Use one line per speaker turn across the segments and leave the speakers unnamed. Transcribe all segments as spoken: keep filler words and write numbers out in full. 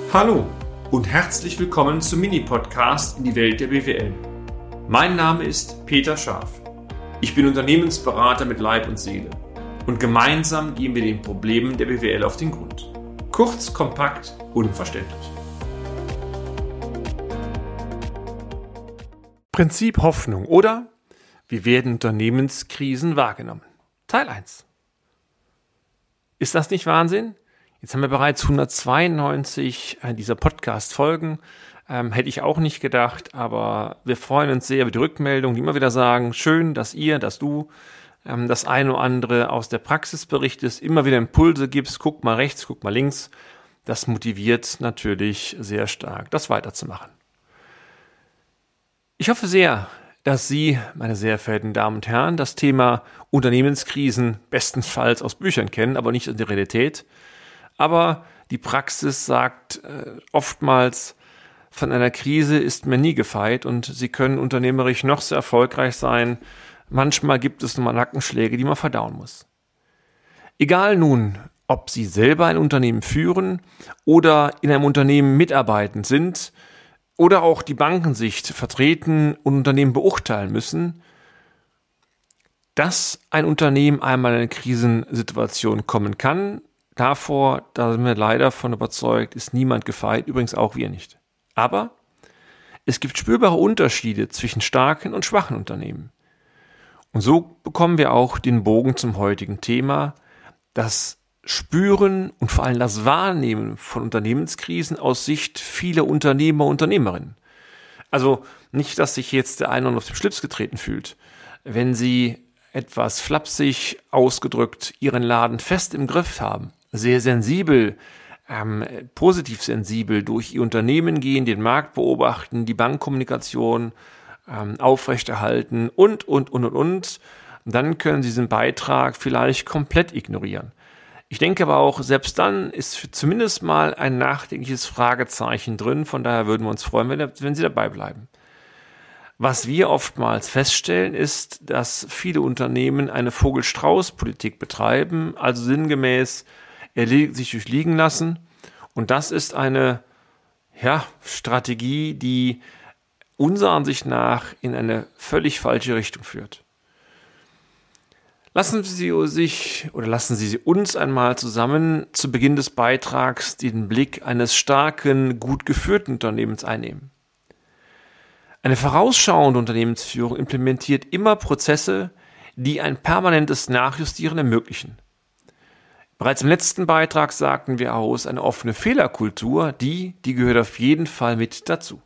Hallo und herzlich willkommen zum Mini-Podcast in die Welt der B W L. Mein Name ist Peter Scharf. Ich bin Unternehmensberater mit Leib und Seele und gemeinsam gehen wir den Problemen der B W L auf den Grund. Kurz, kompakt, unverständlich. Prinzip Hoffnung oder wie werden Unternehmenskrisen wahrgenommen? Teil eins. Ist das nicht Wahnsinn? Jetzt haben wir bereits hundertzweiundneunzig dieser Podcast-Folgen. Ähm, hätte ich auch nicht gedacht, aber wir freuen uns sehr über die Rückmeldungen, die immer wieder sagen, schön, dass ihr, dass du ähm, das eine oder andere aus der Praxis berichtest, immer wieder Impulse gibst, guck mal rechts, guck mal links. Das motiviert natürlich sehr stark, das weiterzumachen. Ich hoffe sehr, dass Sie, meine sehr verehrten Damen und Herren, das Thema Unternehmenskrisen bestenfalls aus Büchern kennen, aber nicht in der Realität. Aber die Praxis sagt äh, oftmals, von einer Krise ist man nie gefeit und Sie können unternehmerisch noch so erfolgreich sein. Manchmal gibt es nun mal Nackenschläge, die man verdauen muss. Egal nun, ob Sie selber ein Unternehmen führen oder in einem Unternehmen mitarbeitend sind oder auch die Bankensicht vertreten und Unternehmen beurteilen müssen, dass ein Unternehmen einmal in eine Krisensituation kommen kann, davor, da sind wir leider von überzeugt, ist niemand gefeit, übrigens auch wir nicht. Aber es gibt spürbare Unterschiede zwischen starken und schwachen Unternehmen. Und so bekommen wir auch den Bogen zum heutigen Thema, das Spüren und vor allem das Wahrnehmen von Unternehmenskrisen aus Sicht vieler Unternehmer und Unternehmerinnen. Also nicht, dass sich jetzt der eine auf den Schlips getreten fühlt, wenn Sie etwas flapsig ausgedrückt Ihren Laden fest im Griff haben, sehr sensibel, ähm, positiv sensibel durch Ihr Unternehmen gehen, den Markt beobachten, die Bankkommunikation ähm, aufrechterhalten und, und, und, und, und, dann können Sie diesen Beitrag vielleicht komplett ignorieren. Ich denke aber auch, selbst dann ist zumindest mal ein nachdenkliches Fragezeichen drin, von daher würden wir uns freuen, wenn, wenn Sie dabei bleiben. Was wir oftmals feststellen, ist, dass viele Unternehmen eine Vogel-Strauß-Politik betreiben, also sinngemäß erledigt sich durchliegen lassen. Und das ist eine ja, Strategie, die unserer Ansicht nach in eine völlig falsche Richtung führt. Lassen Sie sich oder lassen Sie uns einmal zusammen zu Beginn des Beitrags den Blick eines starken, gut geführten Unternehmens einnehmen. Eine vorausschauende Unternehmensführung implementiert immer Prozesse, die ein permanentes Nachjustieren ermöglichen. Bereits im letzten Beitrag sagten wir aus, eine offene Fehlerkultur, die, die gehört auf jeden Fall mit dazu.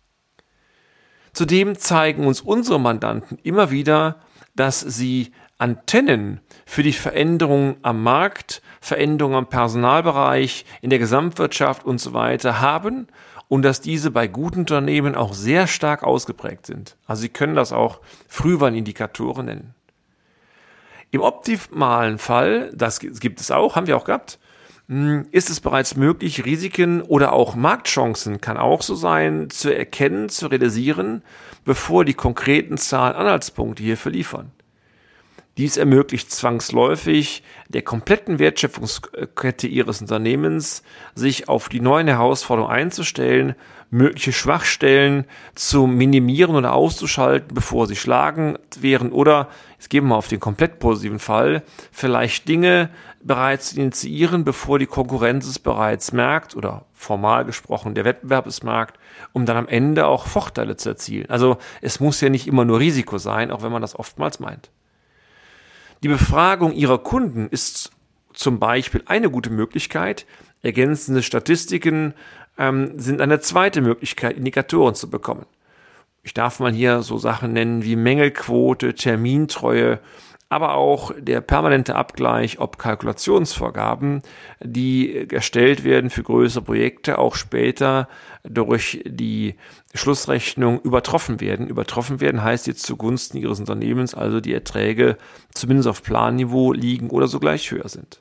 Zudem zeigen uns unsere Mandanten immer wieder, dass sie Antennen für die Veränderungen am Markt, Veränderungen am Personalbereich, in der Gesamtwirtschaft und so weiter haben und dass diese bei guten Unternehmen auch sehr stark ausgeprägt sind. Also Sie können das auch Frühwarnindikatoren nennen. Im optimalen Fall, das gibt es auch, haben wir auch gehabt, ist es bereits möglich, Risiken oder auch Marktchancen, kann auch so sein, zu erkennen, zu realisieren, bevor die konkreten Zahlen Anhaltspunkte hierfür liefern. Dies ermöglicht zwangsläufig der kompletten Wertschöpfungskette Ihres Unternehmens, sich auf die neuen Herausforderungen einzustellen, mögliche Schwachstellen zu minimieren oder auszuschalten, bevor sie schlagend wären oder, jetzt gehen wir mal auf den komplett positiven Fall, vielleicht Dinge bereits zu initiieren, bevor die Konkurrenz es bereits merkt oder formal gesprochen der Wettbewerb es merkt, um dann am Ende auch Vorteile zu erzielen. Also es muss ja nicht immer nur Risiko sein, auch wenn man das oftmals meint. Die Befragung Ihrer Kunden ist zum Beispiel eine gute Möglichkeit. Ergänzende Statistiken ähm, sind eine zweite Möglichkeit, Indikatoren zu bekommen. Ich darf mal hier so Sachen nennen wie Mängelquote, Termintreue, aber auch der permanente Abgleich, ob Kalkulationsvorgaben, die erstellt werden für größere Projekte, auch später durch die Schlussrechnung übertroffen werden. Übertroffen werden heißt jetzt zugunsten Ihres Unternehmens, also die Erträge zumindest auf Planniveau liegen oder sogleich höher sind.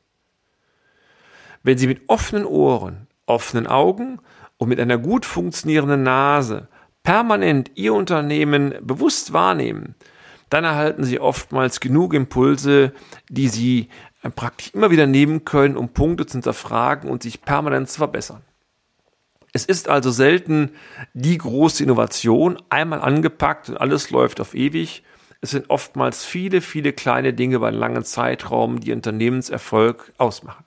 Wenn Sie mit offenen Ohren, offenen Augen und mit einer gut funktionierenden Nase permanent Ihr Unternehmen bewusst wahrnehmen, dann erhalten Sie oftmals genug Impulse, die Sie praktisch immer wieder nehmen können, um Punkte zu hinterfragen und sich permanent zu verbessern. Es ist also selten die große Innovation, einmal angepackt und alles läuft auf ewig. Es sind oftmals viele, viele kleine Dinge über einen langen Zeitraum, die Unternehmenserfolg ausmachen.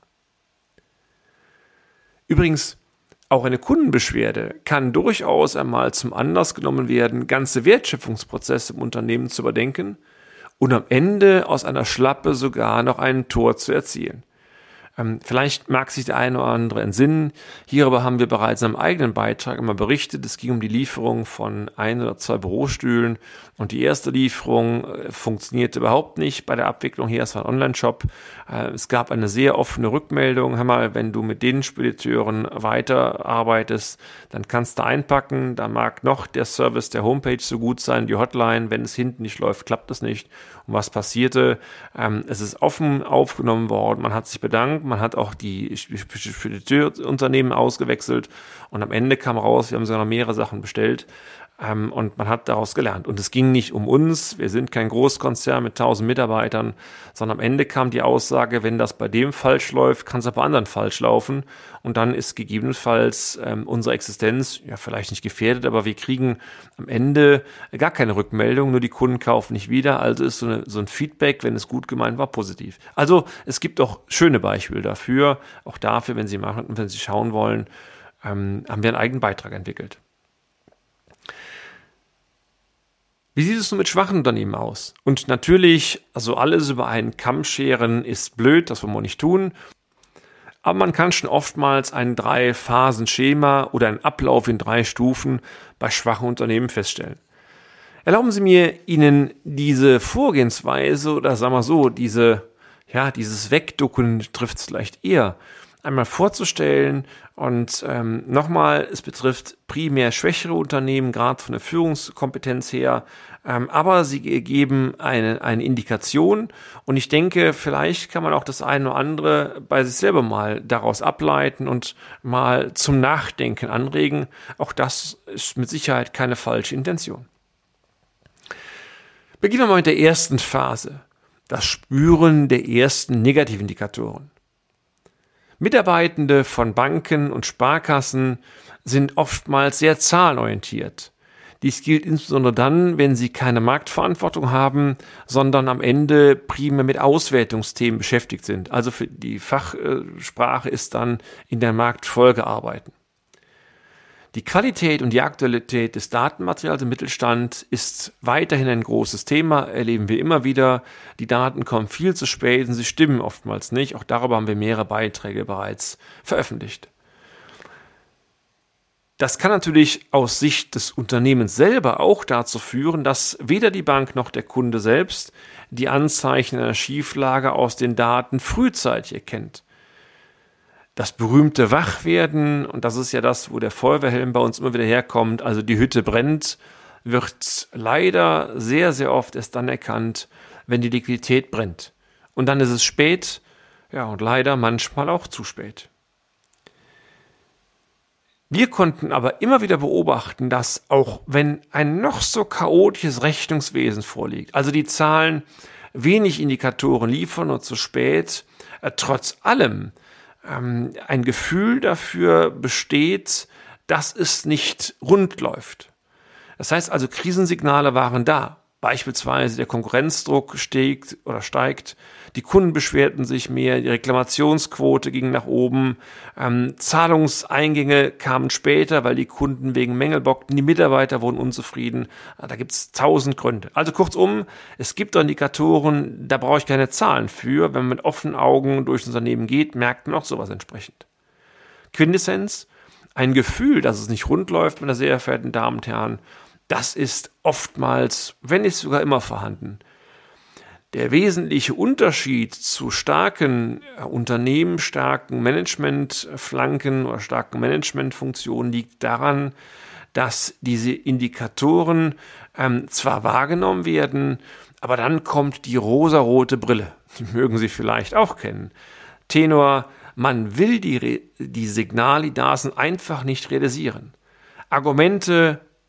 Übrigens, auch eine Kundenbeschwerde kann durchaus einmal zum Anlass genommen werden, ganze Wertschöpfungsprozesse im Unternehmen zu überdenken und am Ende aus einer Schlappe sogar noch ein Tor zu erzielen. Ähm, vielleicht mag sich der eine oder andere entsinnen. Hierüber haben wir bereits in einem eigenen Beitrag immer berichtet. Es ging um die Lieferung von ein oder zwei Bürostühlen und die erste Lieferung äh, funktionierte überhaupt nicht bei der Abwicklung. Hier ist ein Online-Shop. Äh, es gab eine sehr offene Rückmeldung. Hör mal, wenn du mit den Spediteuren weiterarbeitest, dann kannst du einpacken. Da mag noch der Service der Homepage so gut sein, die Hotline. Wenn es hinten nicht läuft, klappt es nicht. Und was passierte? Ähm, es ist offen aufgenommen worden. Man hat sich bedankt. Man hat auch die Spediteurunternehmen ausgewechselt und am Ende kam raus, wir haben sogar noch mehrere Sachen bestellt ähm, und man hat daraus gelernt. Und es ging nicht um uns, wir sind kein Großkonzern mit tausend Mitarbeitern, sondern am Ende kam die Aussage, wenn das bei dem falsch läuft, kann es auch bei anderen falsch laufen und dann ist gegebenenfalls ähm, unsere Existenz, ja vielleicht nicht gefährdet, aber wir kriegen am Ende gar keine Rückmeldung, nur die Kunden kaufen nicht wieder, also ist so, eine, so ein Feedback, wenn es gut gemeint war, positiv. Also es gibt auch schöne Beispiele dafür, auch dafür, wenn Sie machen, wenn Sie schauen wollen, ähm, haben wir einen eigenen Beitrag entwickelt. Wie sieht es nun mit schwachen Unternehmen aus? Und natürlich, also alles über einen Kamm scheren ist blöd, das wollen wir nicht tun. Aber man kann schon oftmals ein Drei-Phasen-Schema oder einen Ablauf in drei Stufen bei schwachen Unternehmen feststellen. Erlauben Sie mir, Ihnen diese Vorgehensweise oder sagen wir so, diese, ja, dieses Wegducken trifft es vielleicht eher, einmal vorzustellen und ähm, nochmal, es betrifft primär schwächere Unternehmen, gerade von der Führungskompetenz her, ähm, aber sie geben eine, eine Indikation und ich denke, vielleicht kann man auch das eine oder andere bei sich selber mal daraus ableiten und mal zum Nachdenken anregen. Auch das ist mit Sicherheit keine falsche Intention. Beginnen wir mal mit der ersten Phase, das Spüren der ersten Negativindikatoren. Mitarbeitende von Banken und Sparkassen sind oftmals sehr zahlenorientiert. Dies gilt insbesondere dann, wenn sie keine Marktverantwortung haben, sondern am Ende primär mit Auswertungsthemen beschäftigt sind. Also für die Fachsprache ist dann in der Marktfolge arbeiten. Die Qualität und die Aktualität des Datenmaterials im Mittelstand ist weiterhin ein großes Thema, erleben wir immer wieder. Die Daten kommen viel zu spät und sie stimmen oftmals nicht. Auch darüber haben wir mehrere Beiträge bereits veröffentlicht. Das kann natürlich aus Sicht des Unternehmens selber auch dazu führen, dass weder die Bank noch der Kunde selbst die Anzeichen einer Schieflage aus den Daten frühzeitig erkennt. Das berühmte Wachwerden, und das ist ja das, wo der Feuerwehrhelm bei uns immer wieder herkommt, also die Hütte brennt, wird leider sehr, sehr oft erst dann erkannt, wenn die Liquidität brennt. Und dann ist es spät, ja, und leider manchmal auch zu spät. Wir konnten aber immer wieder beobachten, dass auch wenn ein noch so chaotisches Rechnungswesen vorliegt, also die Zahlen wenig Indikatoren liefern und zu spät, äh, trotz allem ähm, ein Gefühl dafür besteht, dass es nicht rund läuft. Das heißt also, Krisensignale waren da. Beispielsweise der Konkurrenzdruck steigt oder steigt, die Kunden beschwerten sich mehr, die Reklamationsquote ging nach oben, ähm, Zahlungseingänge kamen später, weil die Kunden wegen Mängel bockten, die Mitarbeiter wurden unzufrieden. Da gibt es tausend Gründe. Also kurzum, es gibt Indikatoren, da brauche ich keine Zahlen für. Wenn man mit offenen Augen durchs Unternehmen geht, merkt man auch sowas entsprechend. Quintessenz, ein Gefühl, dass es nicht rund läuft, meine sehr verehrten Damen und Herren, das ist oftmals, wenn nicht sogar immer vorhanden. Der wesentliche Unterschied zu starken Unternehmen, starken Managementflanken oder starken Managementfunktionen liegt daran, dass diese Indikatoren ähm, zwar wahrgenommen werden, aber dann kommt die rosarote Brille. Die mögen Sie vielleicht auch kennen. Tenor, man will die, die Signale, die da sind, einfach nicht realisieren. Argumente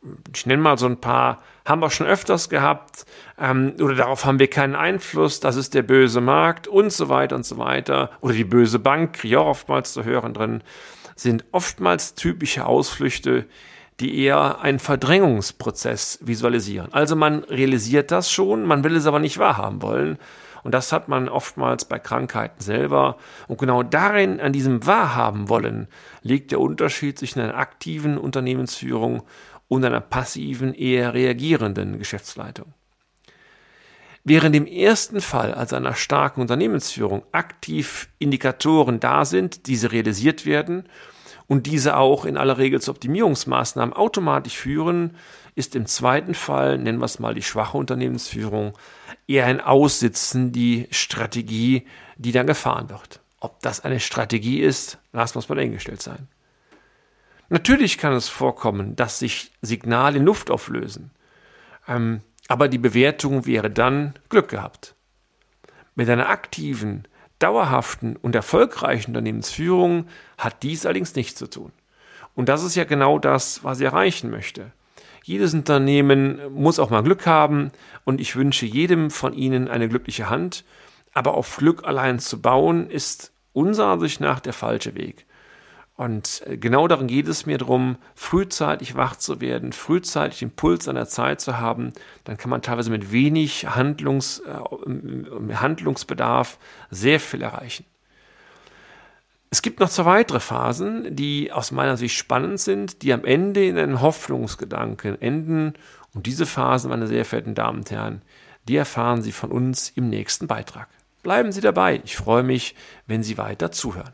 ich nenne mal so ein paar, haben wir schon öfters gehabt, ähm, oder darauf haben wir keinen Einfluss, das ist der böse Markt und so weiter und so weiter, oder die böse Bank, kriege ich auch oftmals zu hören drin, sind oftmals typische Ausflüchte, die eher einen Verdrängungsprozess visualisieren. Also man realisiert das schon, man will es aber nicht wahrhaben wollen. Und das hat man oftmals bei Krankheiten selber. Und genau darin, an diesem Wahrhaben wollen, liegt der Unterschied zwischen einer aktiven Unternehmensführung und einer passiven, eher reagierenden Geschäftsleitung. Während im ersten Fall, also einer starken Unternehmensführung, aktiv Indikatoren da sind, diese realisiert werden und diese auch in aller Regel zu Optimierungsmaßnahmen automatisch führen, ist im zweiten Fall, nennen wir es mal die schwache Unternehmensführung, eher ein Aussitzen, die Strategie, die dann gefahren wird. Ob das eine Strategie ist, lassen wir es mal dahingestellt sein. Natürlich kann es vorkommen, dass sich Signale in Luft auflösen, ähm, aber die Bewertung wäre dann Glück gehabt. Mit einer aktiven, dauerhaften und erfolgreichen Unternehmensführung hat dies allerdings nichts zu tun. Und das ist ja genau das, was ich erreichen möchte. Jedes Unternehmen muss auch mal Glück haben und ich wünsche jedem von Ihnen eine glückliche Hand. Aber auf Glück allein zu bauen, ist unserer Ansicht nach der falsche Weg. Und genau darin geht es mir darum, frühzeitig wach zu werden, frühzeitig den Puls an der Zeit zu haben. Dann kann man teilweise mit wenig Handlungs, äh, Handlungsbedarf sehr viel erreichen. Es gibt noch zwei weitere Phasen, die aus meiner Sicht spannend sind, die am Ende in einen Hoffnungsgedanken enden. Und diese Phasen, meine sehr verehrten Damen und Herren, die erfahren Sie von uns im nächsten Beitrag. Bleiben Sie dabei. Ich freue mich, wenn Sie weiter zuhören.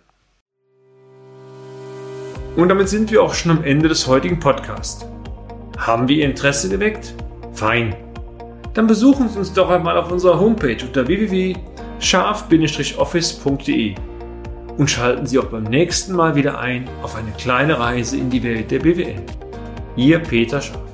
Und damit sind wir auch schon am Ende des heutigen Podcasts. Haben wir Ihr Interesse geweckt? Fein. Dann besuchen Sie uns doch einmal auf unserer Homepage unter w w w punkt scharf Bindestrich office punkt de und schalten Sie auch beim nächsten Mal wieder ein auf eine kleine Reise in die Welt der B W L. Ihr Peter Scharf.